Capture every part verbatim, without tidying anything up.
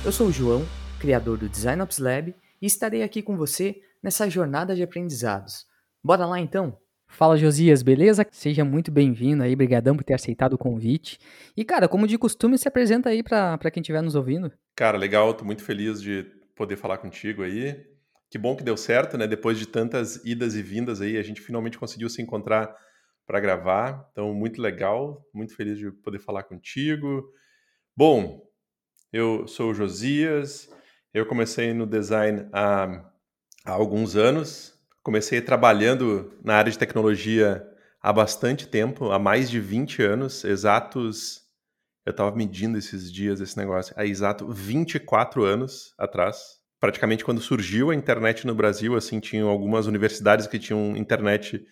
Eu sou o João, criador do Design Ops Lab, e estarei aqui com você nessa jornada de aprendizados. Bora lá então? Fala, Josias, beleza? Seja muito bem-vindo aí, brigadão por ter aceitado o convite. E, cara, como de costume, se apresenta aí pra, pra quem estiver nos ouvindo. Cara, legal, tô muito feliz de poder falar contigo aí. Que bom que deu certo, né? Depois de tantas idas e vindas aí, a gente finalmente conseguiu se encontrar para gravar. Então, muito legal, muito feliz de poder falar contigo. Bom, eu sou o Josias, eu comecei no design há, há alguns anos. Comecei trabalhando na área de tecnologia há bastante tempo, há mais de vinte anos, exatos. Eu estava medindo esses dias esse negócio. Há exato vinte e quatro anos atrás, praticamente quando surgiu a internet no Brasil, assim, tinham algumas universidades que tinham internet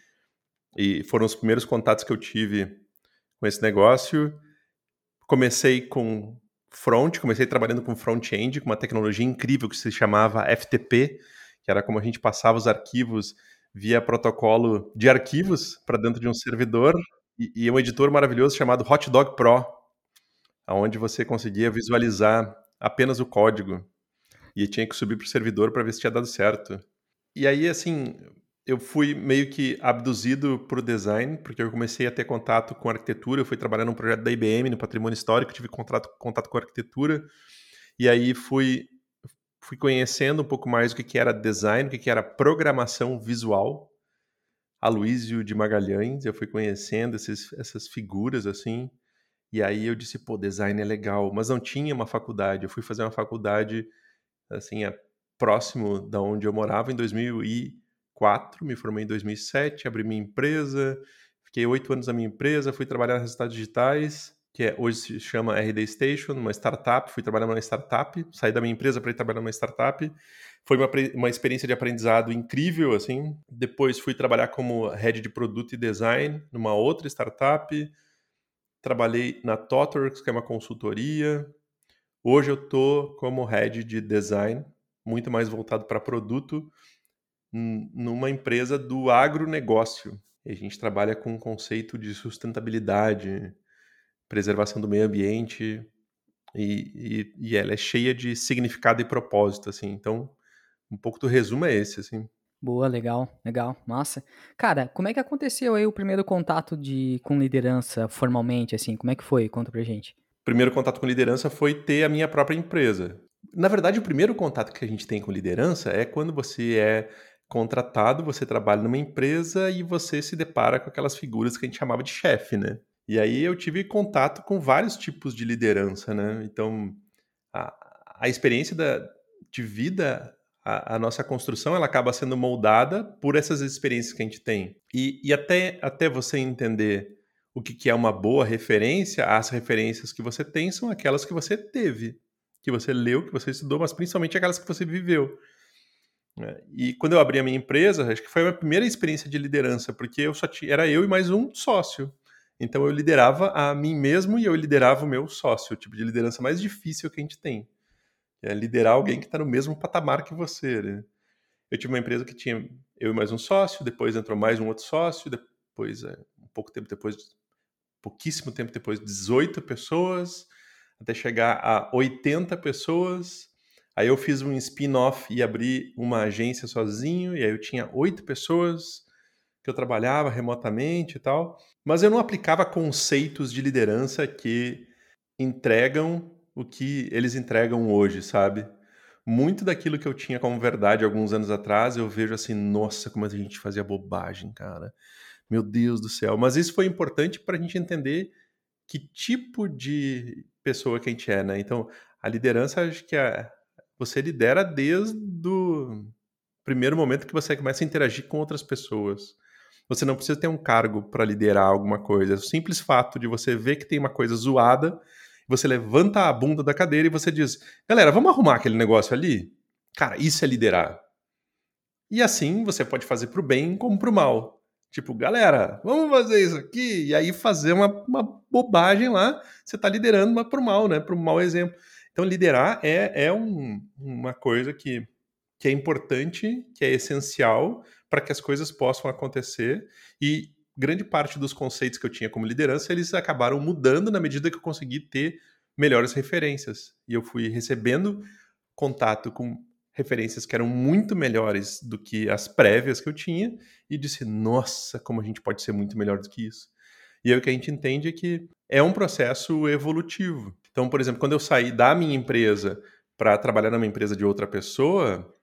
e foram os primeiros contatos que eu tive com esse negócio. Comecei com front, comecei trabalhando com front-end, com uma tecnologia incrível que se chamava F T P, que era como a gente passava os arquivos via protocolo de arquivos para dentro de um servidor e, e um editor maravilhoso chamado Hotdog Pro, onde você conseguia visualizar apenas o código e tinha que subir para o servidor para ver se tinha dado certo. E aí, assim, eu fui meio que abduzido por design, porque eu comecei a ter contato com arquitetura, eu fui trabalhar num projeto da I B M, no Patrimônio Histórico, tive contato, contato com arquitetura, e aí fui, fui conhecendo um pouco mais o que, que era design, o que, que era programação visual. Aloysio de Magalhães, eu fui conhecendo esses, essas figuras, assim, e aí eu disse, pô, design é legal, mas não tinha uma faculdade. Eu fui fazer uma faculdade, assim, é, próximo da onde eu morava em dois mil e quatro, me formei em dois mil e sete, abri minha empresa, fiquei oito anos na minha empresa, fui trabalhar nas resultados digitais, que é, hoje se chama R D Station, uma startup, fui trabalhar numa startup, saí da minha empresa para ir trabalhar numa startup. Foi uma, uma experiência de aprendizado incrível, assim. Depois fui trabalhar como head de produto e design numa outra startup. Trabalhei na ThoughtWorks, que é uma consultoria. Hoje eu estou como head de design, muito mais voltado para produto, numa empresa do agronegócio. E a gente trabalha com um conceito de sustentabilidade, preservação do meio ambiente, e, e, e ela é cheia de significado e propósito, assim. Então, um pouco do resumo é esse, assim. Boa, legal, legal, massa. Cara, como é que aconteceu aí o primeiro contato de, com liderança formalmente, assim? Como é que foi? Conta pra gente. O primeiro contato com liderança foi ter a minha própria empresa. Na verdade, o primeiro contato que a gente tem com liderança é quando você é contratado, você trabalha numa empresa e você se depara com aquelas figuras que a gente chamava de chefe, né? E aí eu tive contato com vários tipos de liderança, né? Então, a, a experiência da, de vida, a, a nossa construção, ela acaba sendo moldada por essas experiências que a gente tem. E, e até, até você entender o que, que é uma boa referência, as referências que você tem são aquelas que você teve, que você leu, que você estudou, mas principalmente aquelas que você viveu. Né? E quando eu abri a minha empresa, acho que foi a minha primeira experiência de liderança, porque eu só tinha, era eu e mais um sócio. Então eu liderava a mim mesmo e eu liderava o meu sócio, o tipo de liderança mais difícil que a gente tem. É liderar alguém que está no mesmo patamar que você. Né? Eu tive uma empresa que tinha eu e mais um sócio, depois entrou mais um outro sócio, depois, um pouco tempo depois, pouquíssimo tempo depois, dezoito pessoas, até chegar a oitenta pessoas. Aí eu fiz um spin-off e abri uma agência sozinho, e aí eu tinha oito pessoas que eu trabalhava remotamente e tal. Mas eu não aplicava conceitos de liderança que entregam o que eles entregam hoje, sabe? Muito daquilo que eu tinha como verdade alguns anos atrás, eu vejo assim, nossa, como a gente fazia bobagem, cara. Meu Deus do céu. Mas isso foi importante para a gente entender que tipo de pessoa que a gente é, né? Então, a liderança, acho que é, você lidera desde o primeiro momento que você começa a interagir com outras pessoas. Você não precisa ter um cargo para liderar alguma coisa. O simples fato de você ver que tem uma coisa zoada, você levanta a bunda da cadeira e você diz: galera, vamos arrumar aquele negócio ali? Cara, isso é liderar. E assim você pode fazer pro bem como pro mal. Tipo, galera, vamos fazer isso aqui. E aí fazer uma, uma bobagem lá, você tá liderando, mas pro mal, né? Pro mau exemplo. Então, liderar é, é um, uma coisa que, que é importante, que é essencial para que as coisas possam acontecer. E grande parte dos conceitos que eu tinha como liderança, eles acabaram mudando na medida que eu consegui ter melhores referências. E eu fui recebendo contato com referências que eram muito melhores do que as prévias que eu tinha e disse, nossa, como a gente pode ser muito melhor do que isso. E aí o que a gente entende é que é um processo evolutivo. Então, por exemplo, quando eu saí da minha empresa para trabalhar numa empresa de outra pessoa,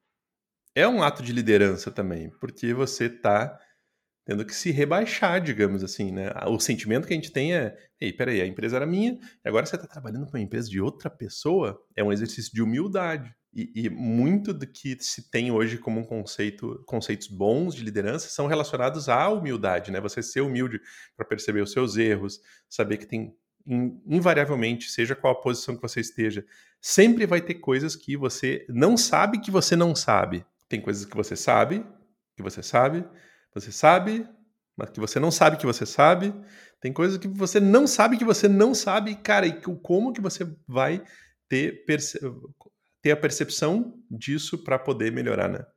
é um ato de liderança também, porque você está tendo que se rebaixar, digamos assim, né? O sentimento que a gente tem é, ei, peraí, a empresa era minha, e agora você está trabalhando para uma empresa de outra pessoa, é um exercício de humildade. E, e muito do que se tem hoje como um conceito, conceitos bons de liderança são relacionados à humildade, né? Você ser humilde para perceber os seus erros, saber que tem, in, invariavelmente, seja qual a posição que você esteja, sempre vai ter coisas que você não sabe que você não sabe. Tem coisas que você sabe, que você sabe, você sabe, mas que você não sabe que você sabe. Tem coisas que você não sabe que você não sabe. Cara, e como que você vai ter, perce... ter a percepção disso para poder melhorar, né?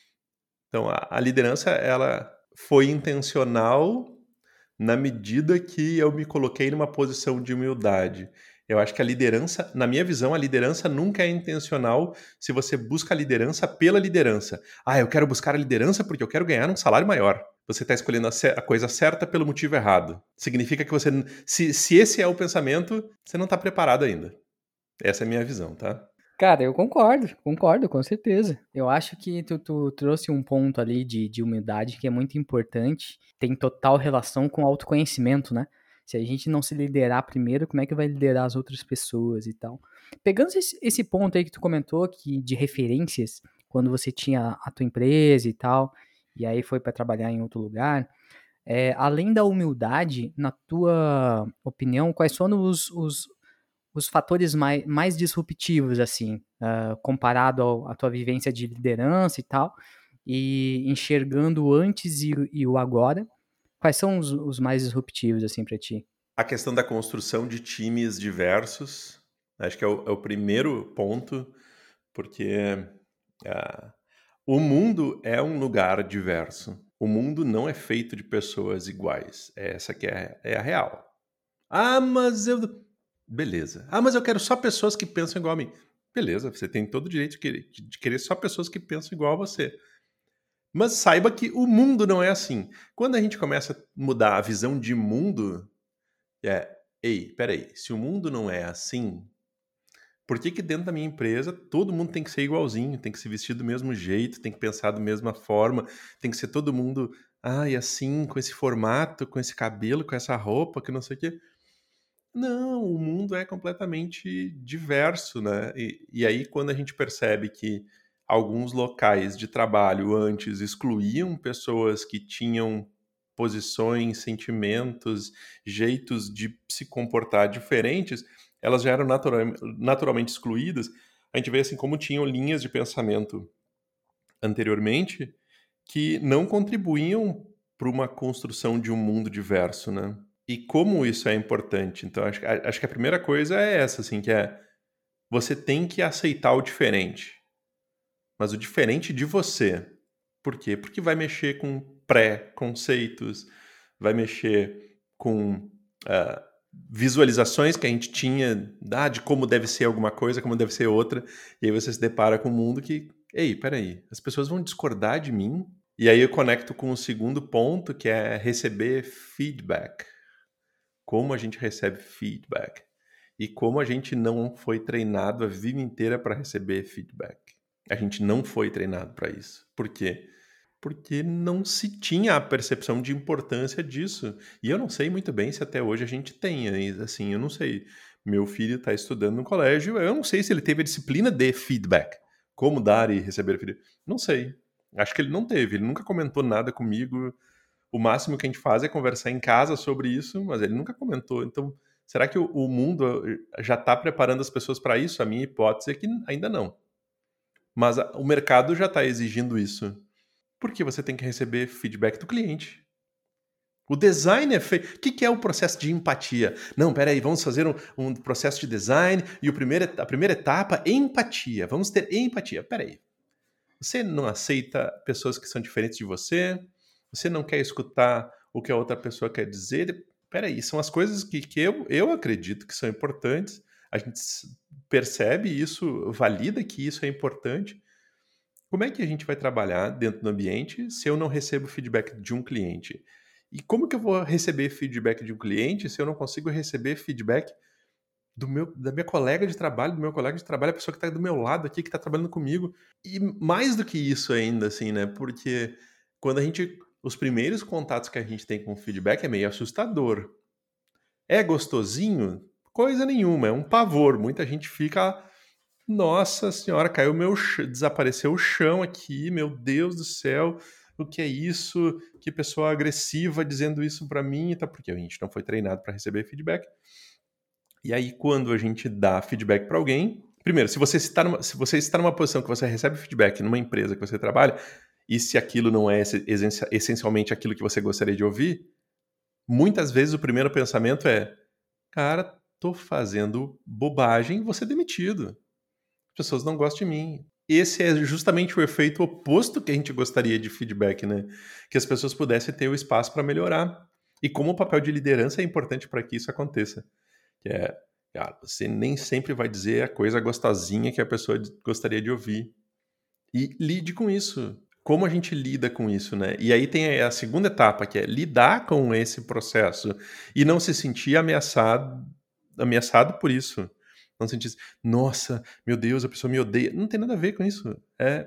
Então, a, a liderança, ela foi intencional na medida que eu me coloquei numa posição de humildade. Eu acho que a liderança, na minha visão, a liderança nunca é intencional se você busca a liderança pela liderança. Ah, eu quero buscar a liderança porque eu quero ganhar um salário maior. Você está escolhendo a, a coisa certa pelo motivo errado. Significa que você... Se, se esse é o pensamento, você não está preparado ainda. Essa é a minha visão, tá? Cara, eu concordo, concordo, com certeza. Eu acho que tu, tu trouxe um ponto ali de, de humildade que é muito importante, tem total relação com autoconhecimento, né? Se a gente não se liderar primeiro, como é que vai liderar as outras pessoas e tal? Pegando esse, esse ponto aí que tu comentou, que de referências, quando você tinha a tua empresa e tal, e aí foi para trabalhar em outro lugar, é, além da humildade, na tua opinião, quais foram os, os, os fatores mais, mais disruptivos, assim, uh, comparado ao, à tua vivência de liderança e tal, e enxergando o antes e, e o agora, quais são os, os mais disruptivos, assim, para ti? A questão da construção de times diversos, acho que é o, é o primeiro ponto, porque uh, o mundo é um lugar diverso. O mundo não é feito de pessoas iguais. Essa que é, é a real. Ah, mas eu... Beleza. Ah, mas eu quero só pessoas que pensam igual a mim. Beleza, você tem todo o direito de querer, de querer só pessoas que pensam igual a você. Mas saiba que o mundo não é assim. Quando a gente começa a mudar a visão de mundo, é, ei, peraí, se o mundo não é assim, por que que dentro da minha empresa todo mundo tem que ser igualzinho, tem que se vestir do mesmo jeito, tem que pensar da mesma forma, tem que ser todo mundo, ai, assim, com esse formato, com esse cabelo, com essa roupa, que não sei o quê. Não, o mundo é completamente diverso, né? E, e aí, quando a gente percebe que alguns locais de trabalho antes excluíam pessoas que tinham posições, sentimentos, jeitos de se comportar diferentes, elas já eram natural, naturalmente excluídas. A gente vê assim como tinham linhas de pensamento anteriormente que não contribuíam para uma construção de um mundo diverso, né? E como isso é importante? Então, acho, acho que a primeira coisa é essa, assim, que é você tem que aceitar o diferente. Mas o diferente de você. Por quê? Porque vai mexer com pré-conceitos, vai mexer com uh, visualizações que a gente tinha ah, de como deve ser alguma coisa, como deve ser outra, e aí você se depara com um mundo que, ei, peraí, as pessoas vão discordar de mim? E aí eu conecto com o segundo ponto, que é receber feedback. Como a gente recebe feedback e como a gente não foi treinado a vida inteira para receber feedback. A gente não foi treinado para isso. Por quê? Porque não se tinha a percepção de importância disso. E eu não sei muito bem se até hoje a gente tem. Assim, eu não sei. Meu filho está estudando no colégio, eu não sei se ele teve a disciplina de feedback. Como dar e receber feedback. Não sei. Acho que ele não teve. Ele nunca comentou nada comigo. O máximo que a gente faz é conversar em casa sobre isso, mas ele nunca comentou. Então, será que o, o mundo já está preparando as pessoas para isso? A minha hipótese é que ainda não. Mas a, o mercado já está exigindo isso. Porque você tem que receber feedback do cliente. O design é feito... O que, que é o processo de empatia? Não, peraí, vamos fazer um, um processo de design e o primeiro, a primeira etapa é empatia. Vamos ter empatia. Peraí. Você não aceita pessoas que são diferentes de você? Você não quer escutar o que a outra pessoa quer dizer? Peraí, são as coisas que, que eu, eu acredito que são importantes. a gente percebe isso, valida que isso é importante. Como é que a gente vai trabalhar dentro do ambiente se eu não recebo feedback de um cliente? E como que eu vou receber feedback de um cliente se eu não consigo receber feedback do meu, da minha colega de trabalho, do meu colega de trabalho, a pessoa que está do meu lado aqui, que está trabalhando comigo? E mais do que isso ainda, assim, né? Porque quando a gente... Os primeiros contatos que a gente tem com o feedback é meio assustador. É gostosinho? Coisa nenhuma, é um pavor. Muita gente fica... Nossa senhora, caiu meu chão, desapareceu o chão aqui, meu Deus do céu, o que é isso? Que pessoa agressiva dizendo isso para mim, tá? Porque a gente não foi treinado para receber feedback. E aí, quando a gente dá feedback para alguém, primeiro, se você está numa, se você está numa posição que você recebe feedback numa empresa que você trabalha, e se aquilo não é essencialmente aquilo que você gostaria de ouvir, muitas vezes o primeiro pensamento é: cara, tô fazendo bobagem, vou ser demitido. As pessoas não gostam de mim. Esse é justamente o efeito oposto que a gente gostaria de feedback, né? Que as pessoas pudessem ter o espaço para melhorar. E como o papel de liderança é importante para que isso aconteça. Que é, cara, você nem sempre vai dizer a coisa gostosinha que a pessoa gostaria de ouvir. E lide com isso. Como a gente lida com isso, né? E aí tem a segunda etapa, que é lidar com esse processo e não se sentir ameaçado, ameaçado por isso. Não sentir, nossa, meu Deus, a pessoa me odeia. Não tem nada a ver com isso. É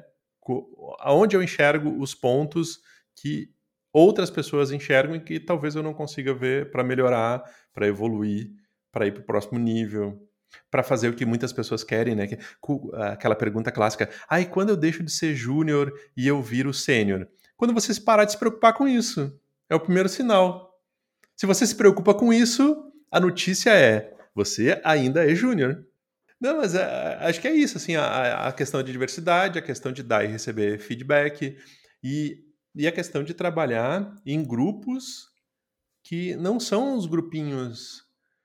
aonde eu enxergo os pontos que outras pessoas enxergam e que talvez eu não consiga ver para melhorar, para evoluir, para ir para o próximo nível, para fazer o que muitas pessoas querem, né? Aquela pergunta clássica: ah, e quando eu deixo de ser júnior e eu viro sênior? Quando você se parar de se preocupar com isso. É o primeiro sinal. Se você se preocupa com isso, a notícia é: você ainda é júnior. Não, mas é, acho que é isso, assim, a, a questão de diversidade, a questão de dar e receber feedback e, e a questão de trabalhar em grupos que não são os grupinhos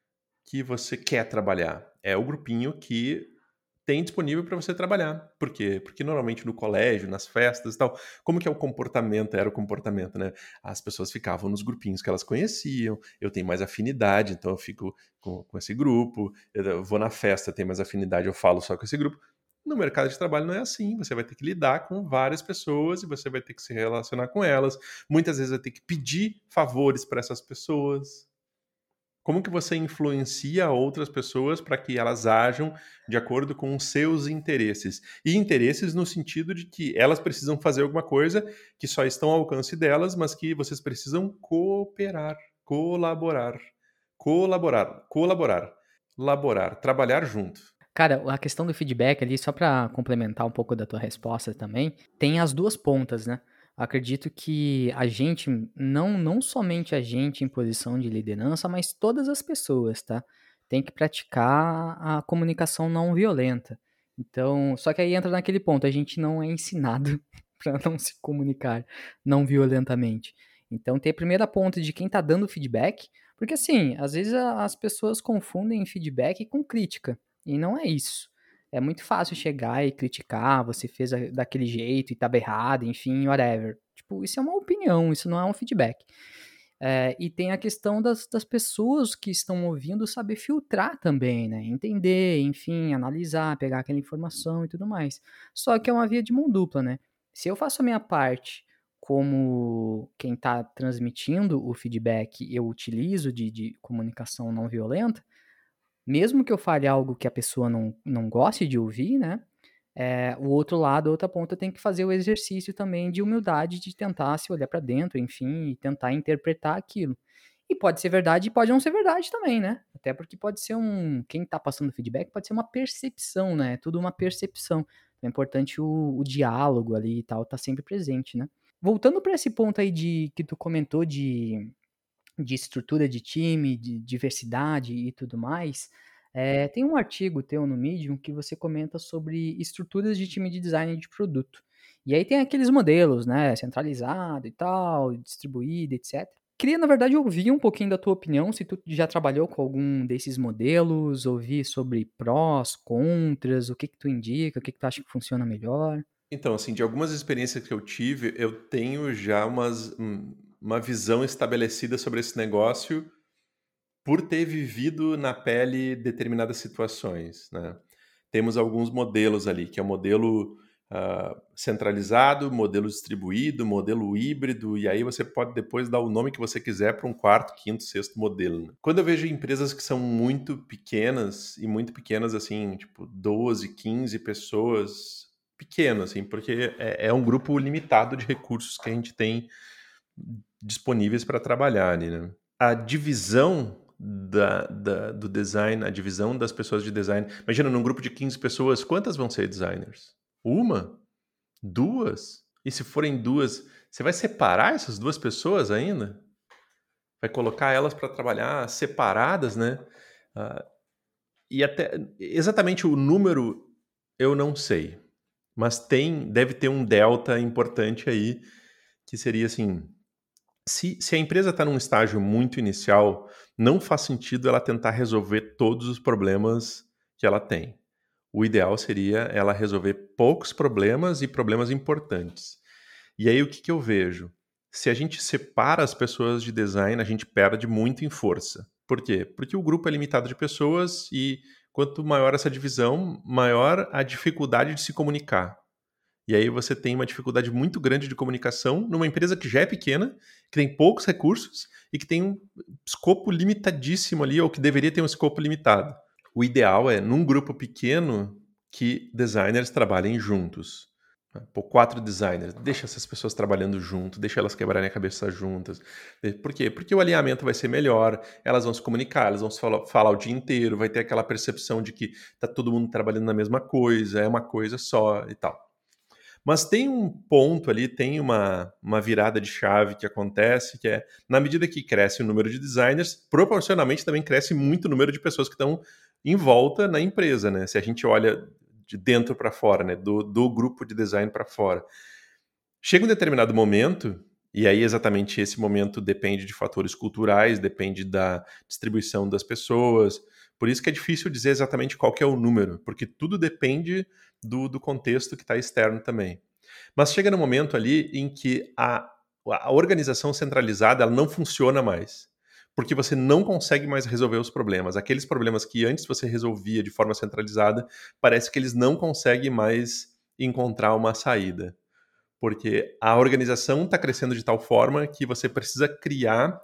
que você quer trabalhar. É o grupinho que tem disponível para você trabalhar. Por quê? Porque normalmente no colégio, nas festas e tal, como que é o comportamento? Era o comportamento, né? As pessoas ficavam nos grupinhos que elas conheciam, eu tenho mais afinidade, então eu fico com, com esse grupo, eu vou na festa, tenho mais afinidade, eu falo só com esse grupo. No mercado de trabalho não é assim, você vai ter que lidar com várias pessoas e você vai ter que se relacionar com elas, muitas vezes vai ter que pedir favores para essas pessoas. Como que você influencia outras pessoas para que elas ajam de acordo com os seus interesses? E interesses no sentido de que elas precisam fazer alguma coisa que só estão ao alcance delas, mas que vocês precisam cooperar, colaborar, colaborar, colaborar, laborar, trabalhar junto. Cara, a questão do feedback ali, só para complementar um pouco da tua resposta também, tem as duas pontas, né? Acredito que a gente, não, não somente a gente em posição de liderança, mas todas as pessoas, tá? Tem que praticar a comunicação não violenta. Então, só que aí entra naquele ponto, a gente não é ensinado para não se comunicar não violentamente. Então, tem a primeira ponta de quem tá dando feedback, porque assim, às vezes a- as pessoas confundem feedback com crítica. E não é isso. É muito fácil chegar e criticar, você fez a- daquele jeito e tava errado, enfim, whatever. Tipo, isso é uma opinião, isso não é um feedback. É, e tem a questão das, das pessoas que estão ouvindo saber filtrar também, né? Entender, enfim, analisar, pegar aquela informação e tudo mais. Só que é uma via de mão dupla, né? Se eu faço a minha parte como quem está transmitindo o feedback, eu utilizo de, de comunicação não violenta, mesmo que eu fale algo que a pessoa não, não goste de ouvir, né? É, o outro lado, a outra ponta, tem que fazer o exercício também de humildade, de tentar se olhar para dentro, enfim, e tentar interpretar aquilo. E pode ser verdade e pode não ser verdade também, né? Até porque pode ser um. Quem tá passando feedback pode ser uma percepção, né? É tudo uma percepção. É importante o, o diálogo ali e tal, tá sempre presente, né? Voltando para esse ponto aí de que tu comentou de de estrutura de time, de diversidade e tudo mais, eh, tem um artigo teu no Medium que você comenta sobre estruturas de time de design de produto. E aí tem aqueles modelos, né, centralizado e tal, distribuído, etcétera. Queria, na verdade, ouvir um pouquinho da tua opinião, se tu já trabalhou com algum desses modelos, ouvir sobre prós, contras, o que que tu indica, o que que tu acha que funciona melhor. Então, assim, de algumas experiências que eu tive, eu tenho já umas, um- uma visão estabelecida sobre esse negócio por ter vivido na pele determinadas situações, né? Temos alguns modelos ali, que é o modelo uh, centralizado, modelo distribuído, modelo híbrido, e aí você pode depois dar o nome que você quiser para um quarto, quinto, sexto modelo. Né? Quando eu vejo empresas que são muito pequenas, e muito pequenas assim, tipo doze, quinze pessoas, pequeno assim, porque é, é um grupo limitado de recursos que a gente tem disponíveis para trabalhar ali, né? A divisão da, da, do design, a divisão das pessoas de design. Imagina, num grupo de quinze pessoas, quantas vão ser designers? Uma? Duas? E se forem duas, você vai separar essas duas pessoas ainda? Vai colocar elas para trabalhar separadas, né? Uh, e até exatamente o número eu não sei, mas tem, deve ter um delta importante aí, que seria assim, Se, se a empresa está num estágio muito inicial, não faz sentido ela tentar resolver todos os problemas que ela tem. O ideal seria ela resolver poucos problemas e problemas importantes. E aí o que, que eu vejo? Se a gente separa as pessoas de design, a gente perde muito em força. Por quê? Porque o grupo é limitado de pessoas e quanto maior essa divisão, maior a dificuldade de se comunicar. E aí você tem uma dificuldade muito grande de comunicação numa empresa que já é pequena, que tem poucos recursos e que tem um escopo limitadíssimo ali, ou que deveria ter um escopo limitado. O ideal é, num grupo pequeno, que designers trabalhem juntos. Pô, quatro designers, deixa essas pessoas trabalhando junto, deixa elas quebrarem a cabeça juntas. Por quê? Porque o alinhamento vai ser melhor, elas vão se comunicar, elas vão se falar, falar o dia inteiro, vai ter aquela percepção de que tá todo mundo trabalhando na mesma coisa, é uma coisa só e tal. Mas tem um ponto ali, tem uma, uma virada de chave que acontece, que é, na medida que cresce o número de designers, proporcionalmente também cresce muito o número de pessoas que estão em volta na empresa, né? Se a gente olha de dentro para fora, né? Do, do grupo de design para fora. Chega um determinado momento, e aí exatamente esse momento depende de fatores culturais, depende da distribuição das pessoas. Por isso que é difícil dizer exatamente qual que é o número, porque tudo depende do, do contexto que está externo também. Mas chega no momento ali em que a, a organização centralizada ela não funciona mais, porque você não consegue mais resolver os problemas. Aqueles problemas que antes você resolvia de forma centralizada, parece que eles não conseguem mais encontrar uma saída. Porque a organização está crescendo de tal forma que você precisa criar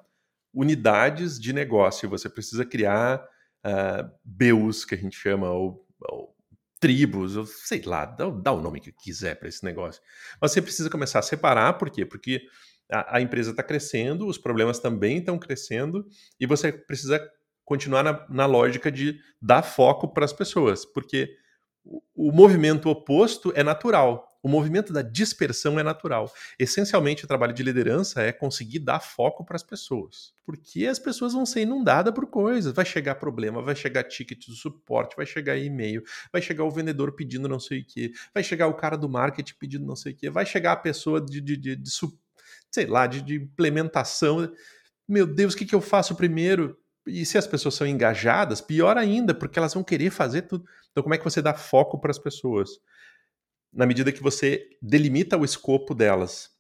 unidades de negócio, você precisa criar uh, B Us, que a gente chama, ou, ou tribos, ou sei lá, dá, dá o nome que quiser para esse negócio. Mas você precisa começar a separar, por quê? Porque a, a empresa está crescendo, os problemas também estão crescendo, e você precisa continuar na, na lógica de dar foco para as pessoas, porque o, o movimento oposto é natural. O movimento da dispersão é natural. Essencialmente, o trabalho de liderança é conseguir dar foco para as pessoas. Porque as pessoas vão ser inundadas por coisas. Vai chegar problema, vai chegar ticket do suporte, vai chegar e-mail, vai chegar o vendedor pedindo não sei o quê, vai chegar o cara do marketing pedindo não sei o quê, vai chegar a pessoa de, de, de, de sei lá, de, de implementação. Meu Deus, o que, que eu faço primeiro? E se as pessoas são engajadas, pior ainda, porque elas vão querer fazer tudo. Então, como é que você dá foco para as pessoas? Na medida que você delimita o escopo delas.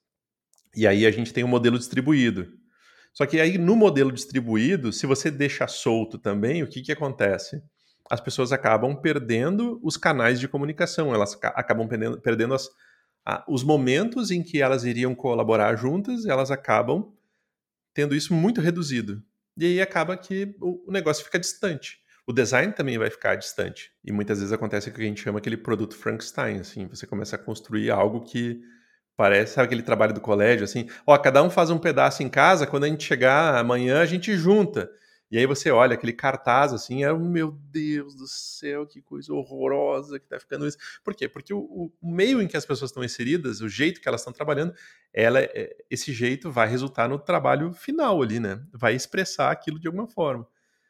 E aí a gente tem um modelo distribuído. Só que aí no modelo distribuído, se você deixa solto também, o que, que acontece? As pessoas acabam perdendo os canais de comunicação, elas acabam perdendo, perdendo as, a, os momentos em que elas iriam colaborar juntas, elas acabam tendo isso muito reduzido. E aí acaba que o, o negócio fica distante. O design também vai ficar distante. E muitas vezes acontece o que a gente chama aquele produto Frankenstein, assim, você começa a construir algo que parece, sabe aquele trabalho do colégio, assim, ó, cada um faz um pedaço em casa, quando a gente chegar amanhã a gente junta. E aí você olha aquele cartaz, assim, é, meu Deus do céu, que coisa horrorosa que tá ficando isso. Por quê? Porque o, o meio em que as pessoas estão inseridas, o jeito que elas estão trabalhando, ela, esse jeito vai resultar no trabalho final ali, né? Vai expressar aquilo de alguma forma.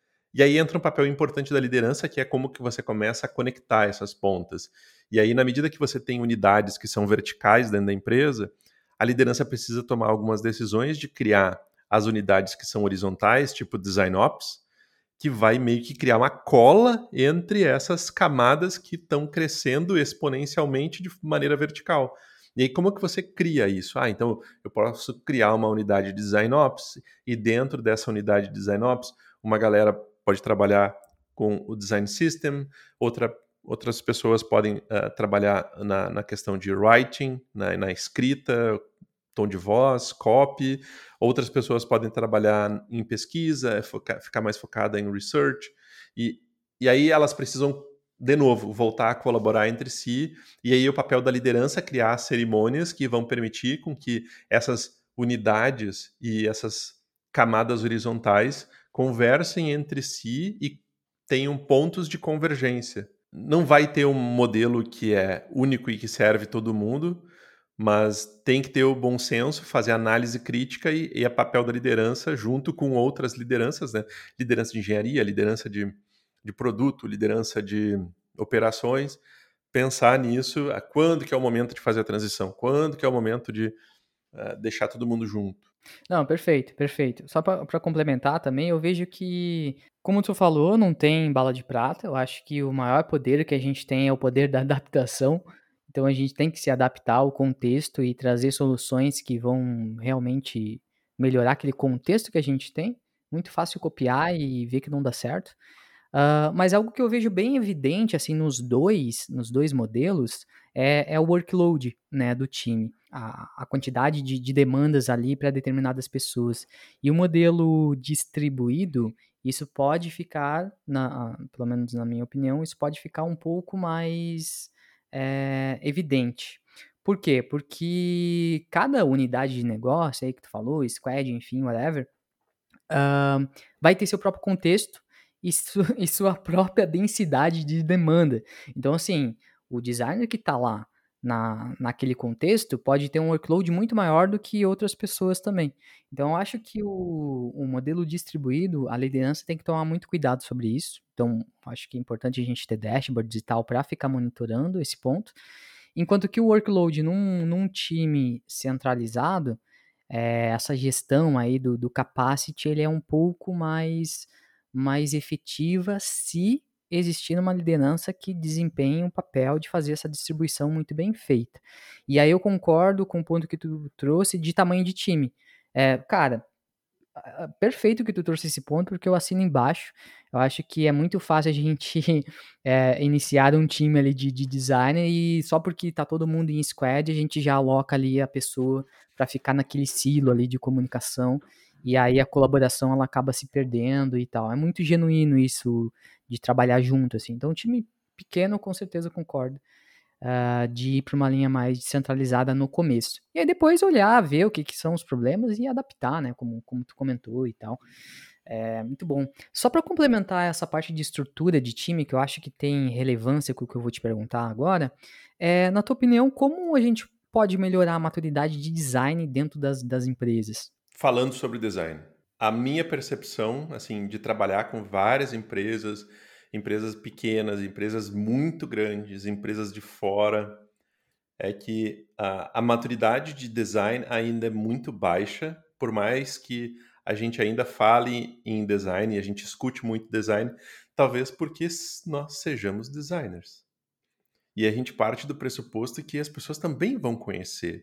E aí entra um papel importante da liderança, que é como que você começa a conectar essas pontas. E aí, na medida que você tem unidades que são verticais dentro da empresa, a liderança precisa tomar algumas decisões de criar as unidades que são horizontais, tipo Design Ops, que vai meio que criar uma cola entre essas camadas que estão crescendo exponencialmente de maneira vertical. E aí, como que você cria isso? Ah, então eu posso criar uma unidade de Design Ops, e dentro dessa unidade de Design Ops, uma galera pode trabalhar com o design system, outra, outras pessoas podem uh, trabalhar na, na questão de writing, na, na escrita, tom de voz, copy. Outras pessoas podem trabalhar em pesquisa, focar, ficar mais focada em research. E, e aí elas precisam, de novo, voltar a colaborar entre si. E aí o papel da liderança é criar cerimônias que vão permitir com que essas unidades e essas camadas horizontais conversem entre si e tenham pontos de convergência. Não vai ter um modelo que é único e que serve todo mundo, mas tem que ter o bom senso, fazer análise crítica e, e é papel da liderança junto com outras lideranças, né? Liderança de engenharia, liderança de, de produto, liderança de operações, pensar nisso, a quando que é o momento de fazer a transição, quando que é o momento de uh, deixar todo mundo junto. Não, perfeito, perfeito. Só para complementar também, eu vejo que, como tu falou, não tem bala de prata. Eu acho que o maior poder que a gente tem é o poder da adaptação. Então a gente tem que se adaptar ao contexto e trazer soluções que vão realmente melhorar aquele contexto que a gente tem. Muito fácil copiar e ver que não dá certo. Uh, mas algo que eu vejo bem evidente assim nos dois, nos dois modelos é, é o workload, né, do time, a, a quantidade de, de demandas ali para determinadas pessoas. E o modelo distribuído, isso pode ficar, na, pelo menos na minha opinião, isso pode ficar um pouco mais é, evidente. Por quê? Porque cada unidade de negócio aí que tu falou, squad, enfim, whatever, uh, vai ter seu próprio contexto e, su e sua própria densidade de demanda. Então, assim, o designer que está lá na, naquele contexto pode ter um workload muito maior do que outras pessoas também. Então, eu acho que o, o modelo distribuído, a liderança tem que tomar muito cuidado sobre isso. Então, acho que é importante a gente ter dashboards e tal para ficar monitorando esse ponto. Enquanto que o workload num, num time centralizado, é, essa gestão aí do, do capacity, ele é um pouco mais, mais efetiva se existir uma liderança que desempenhe o papel de fazer essa distribuição muito bem feita. E aí eu concordo com o ponto que tu trouxe de tamanho de time. É, cara, perfeito que tu trouxe esse ponto, porque eu assino embaixo. Eu acho que é muito fácil a gente é, iniciar um time ali de, de design e só porque tá todo mundo em squad, a gente já aloca ali a pessoa para ficar naquele silo ali de comunicação e aí a colaboração ela acaba se perdendo e tal. É muito genuíno isso de trabalhar junto, assim. Então, um time pequeno, com certeza concordo. Uh, de ir para uma linha mais descentralizada no começo. E aí depois olhar, ver o que, que são os problemas e adaptar, né? Como, como tu comentou e tal. É muito bom. Só para complementar essa parte de estrutura de time, que eu acho que tem relevância com o que eu vou te perguntar agora, é, na tua opinião, como a gente pode melhorar a maturidade de design dentro das, das empresas? Falando sobre design, a minha percepção, assim, de trabalhar com várias empresas, empresas pequenas, empresas muito grandes, empresas de fora, é que a, a maturidade de design ainda é muito baixa, por mais que a gente ainda fale em design e a gente escute muito design, talvez porque nós sejamos designers. E a gente parte do pressuposto que as pessoas também vão conhecer.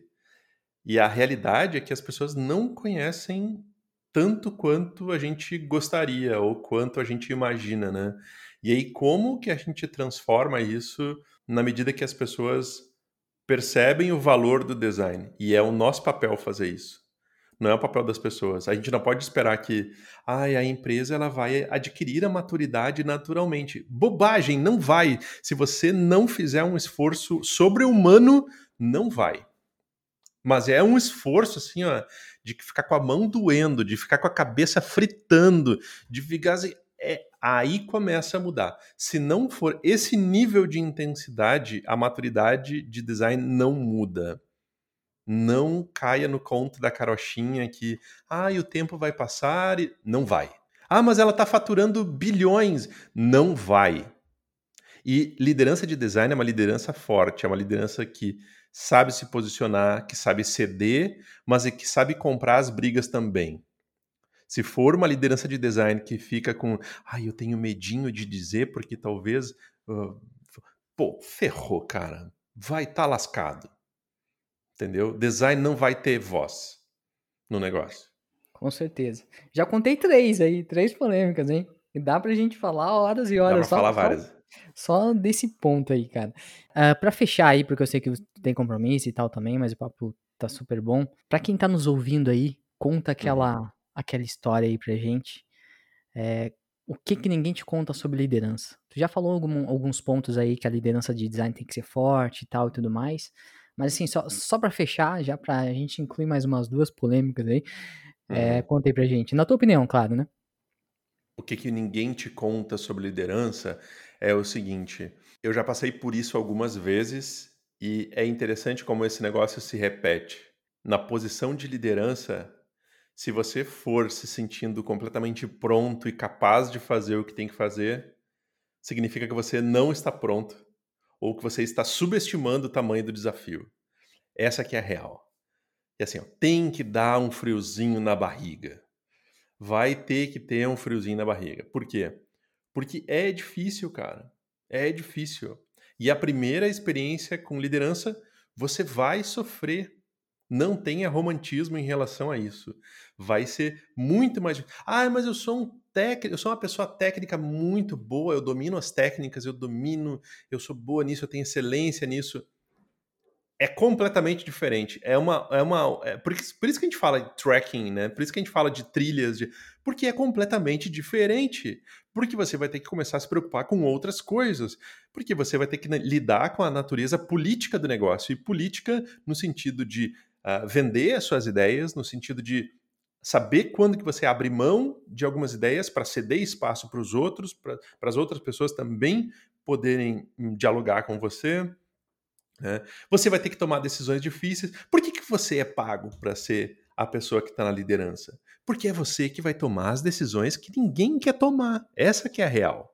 E a realidade é que as pessoas não conhecem tanto quanto a gente gostaria ou quanto a gente imagina, né? E aí, como que a gente transforma isso na medida que as pessoas percebem o valor do design? E é o nosso papel fazer isso. Não é o papel das pessoas. A gente não pode esperar que ai, a empresa ela vai adquirir a maturidade naturalmente. Bobagem, não vai. Se você não fizer um esforço sobre-humano, não vai. Mas é um esforço, assim, ó, de ficar com a mão doendo, de ficar com a cabeça fritando, de ficar assim, é, aí começa a mudar. Se não for esse nível de intensidade, a maturidade de design não muda. Não caia no conto da carochinha que, ah, e o tempo vai passar e... Não vai. Ah, mas ela está faturando bilhões. Não vai. E liderança de design é uma liderança forte, é uma liderança que sabe se posicionar, que sabe ceder, mas é que sabe comprar as brigas também. Se for uma liderança de design que fica com, ai, eu tenho medinho de dizer porque talvez, uh, pô, ferrou, cara, vai estar tá lascado, entendeu? Design não vai ter voz no negócio. Com certeza. Já contei três aí, três polêmicas, hein? E dá pra gente falar horas e Dá pra horas só, falar só, várias. só desse ponto aí, cara. Uh, pra fechar aí, porque eu sei que você tem compromisso e tal também, mas o papo tá super bom. Pra quem tá nos ouvindo aí, conta aquela, uhum. aquela história aí pra gente. É, o que que ninguém te conta sobre liderança? Tu já falou algum, alguns pontos aí que a liderança de design tem que ser forte e tal e tudo mais. Mas assim, só, só pra fechar, já pra gente incluir mais umas duas polêmicas aí. É, Uhum. conta aí pra gente. Na tua opinião, claro, né? O que, que ninguém te conta sobre liderança é o seguinte: eu já passei por isso algumas vezes e é interessante como esse negócio se repete. Na posição de liderança, se você for se sentindo completamente pronto e capaz de fazer o que tem que fazer, significa que você não está pronto ou que você está subestimando o tamanho do desafio. Essa que é a real. E assim, ó, tem que dar um friozinho na barriga. Vai ter que ter um friozinho na barriga. Por quê? Porque é difícil, cara. É difícil. E a primeira experiência com liderança, você vai sofrer. Não tenha romantismo em relação a isso. Vai ser muito mais... Ah, mas eu sou um técnico, eu sou uma pessoa técnica muito boa, eu domino as técnicas, eu domino, eu sou boa nisso, eu tenho excelência nisso. É completamente diferente. É uma. É uma é por, isso, por isso que a gente fala de tracking, né? Por isso que a gente fala de trilhas, de, porque é completamente diferente. Porque você vai ter que começar a se preocupar com outras coisas. Porque você vai ter que lidar com a natureza política do negócio. E política no sentido de uh, vender as suas ideias, no sentido de saber quando que você abre mão de algumas ideias para ceder espaço para os outros, para as outras pessoas também poderem dialogar com você. Né? Você vai ter que tomar decisões difíceis. Por que, que você é pago para ser a pessoa que está na liderança? Porque é você que vai tomar as decisões que ninguém quer tomar. Essa que é a real.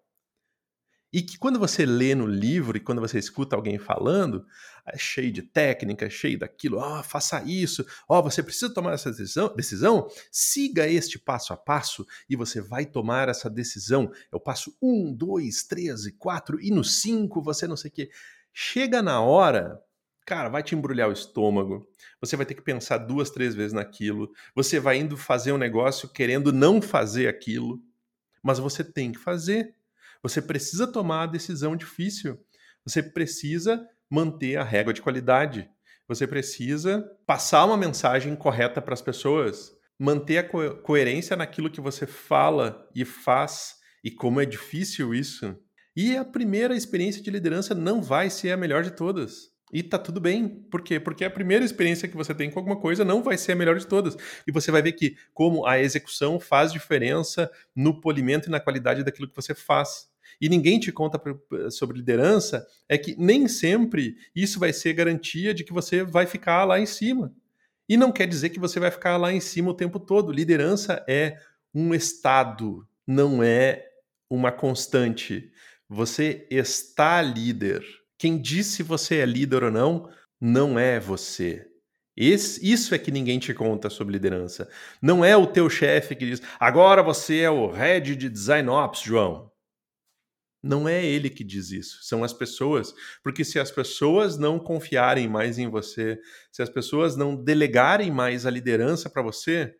E que quando você lê no livro e quando você escuta alguém falando, é cheio de técnica, cheio daquilo, ó, oh, faça isso, ó, oh, você precisa tomar essa decisão, decisão, siga este passo a passo e você vai tomar essa decisão. É o passo um, dois, três e quatro e no cinco você não sei o quê. Chega na hora, cara, vai te embrulhar o estômago, você vai ter que pensar duas, três vezes naquilo, você vai indo fazer um negócio querendo não fazer aquilo, mas você tem que fazer. Você precisa tomar a decisão difícil. Você precisa manter a régua de qualidade. Você precisa passar uma mensagem correta para as pessoas. Manter a co- coerência naquilo que você fala e faz. E como é difícil isso. E a primeira experiência de liderança não vai ser a melhor de todas. E tá tudo bem. Por quê? Porque a primeira experiência que você tem com alguma coisa não vai ser a melhor de todas. E você vai ver que como a execução faz diferença no polimento e na qualidade daquilo que você faz. E ninguém te conta sobre liderança, é que nem sempre isso vai ser garantia de que você vai ficar lá em cima. E não quer dizer que você vai ficar lá em cima o tempo todo. Liderança é um estado, não é uma constante. Você está líder. Quem diz se você é líder ou não, não é você. Esse, isso é que ninguém te conta sobre liderança. Não é o teu chefe que diz, agora você é o head de Design Ops, João. Não é ele que diz isso, são as pessoas. Porque se as pessoas não confiarem mais em você, se as pessoas não delegarem mais a liderança para você,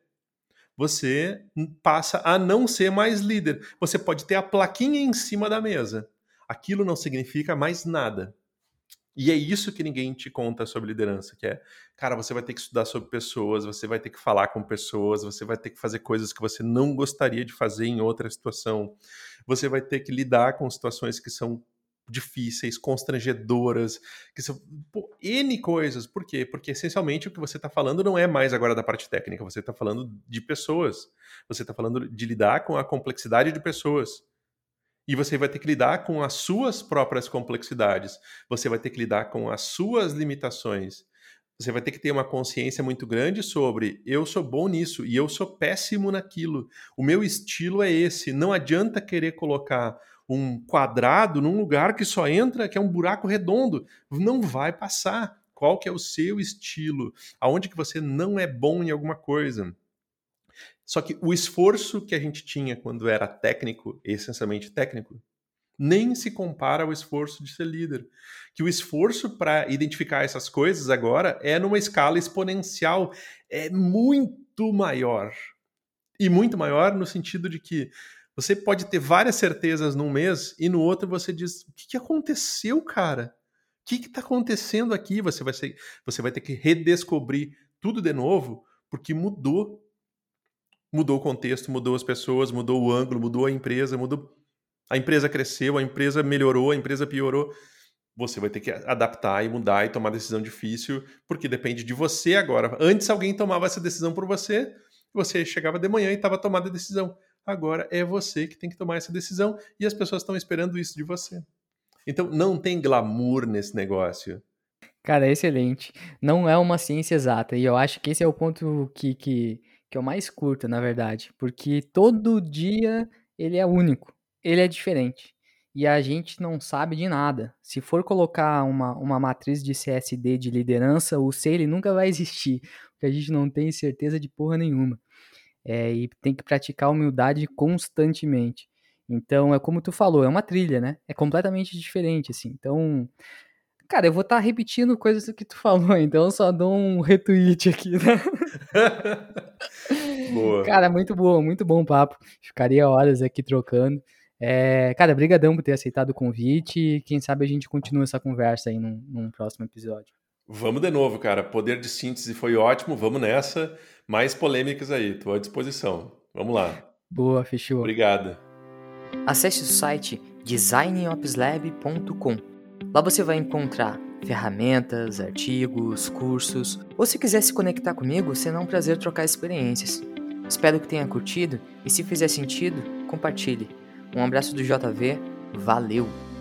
você passa a não ser mais líder. Você pode ter a plaquinha em cima da mesa. Aquilo não significa mais nada. E é isso que ninguém te conta sobre liderança, que é, cara, você vai ter que estudar sobre pessoas, você vai ter que falar com pessoas, você vai ter que fazer coisas que você não gostaria de fazer em outra situação. Você vai ter que lidar com situações que são difíceis, constrangedoras, que são pô, N coisas. Por quê? Porque essencialmente o que você está falando não é mais agora da parte técnica, você está falando de pessoas. Você está falando de lidar com a complexidade de pessoas. E você vai ter que lidar com as suas próprias complexidades. Você vai ter que lidar com as suas limitações. Você vai ter que ter uma consciência muito grande sobre eu sou bom nisso e eu sou péssimo naquilo. O meu estilo é esse. Não adianta querer colocar um quadrado num lugar que só entra, que é um buraco redondo. Não vai passar. Qual que é o seu estilo? Aonde que você não é bom em alguma coisa? Só que o esforço que a gente tinha quando era técnico, essencialmente técnico, nem se compara ao esforço de ser líder. Que o esforço para identificar essas coisas agora é numa escala exponencial, é muito maior. E muito maior no sentido de que você pode ter várias certezas num mês e no outro você diz, o que, que aconteceu, cara? O que está acontecendo aqui? Você vai, ser, você vai ter que redescobrir tudo de novo, porque mudou. Mudou o contexto, mudou as pessoas, mudou o ângulo, mudou a empresa, mudou... A empresa cresceu, a empresa melhorou, a empresa piorou. Você vai ter que adaptar e mudar e tomar decisão difícil, porque depende de você agora. Antes alguém tomava essa decisão por você, você chegava de manhã e estava tomada a decisão. Agora é você que tem que tomar essa decisão e as pessoas estão esperando isso de você. Então não tem glamour nesse negócio. Cara, excelente. Não é uma ciência exata, e eu acho que esse é o ponto que, que, que eu mais curto, na verdade, porque todo dia ele é único, ele é diferente, e a gente não sabe de nada. Se for colocar uma, uma matriz de C S D de liderança, o C ele nunca vai existir, porque a gente não tem certeza de porra nenhuma. É, e tem que praticar humildade constantemente. Então, é como tu falou, é uma trilha, né? É completamente diferente, assim. Então, cara, eu vou estar repetindo coisas que tu falou, então eu só dou um retweet aqui, né? Boa. Cara, muito bom, muito bom o papo. Ficaria horas aqui trocando. É, cara, brigadão por ter aceitado o convite. Quem sabe a gente continua essa conversa aí num, num próximo episódio. Vamos de novo, cara. Poder de síntese foi ótimo. Vamos nessa. Mais polêmicas aí. Estou à disposição. Vamos lá. Boa, fechou. Obrigado. Acesse o site design ops lab ponto com. Lá você vai encontrar ferramentas, artigos, cursos, ou se quiser se conectar comigo, será um prazer trocar experiências. Espero que tenha curtido e se fizer sentido, compartilhe. Um abraço do J V, valeu!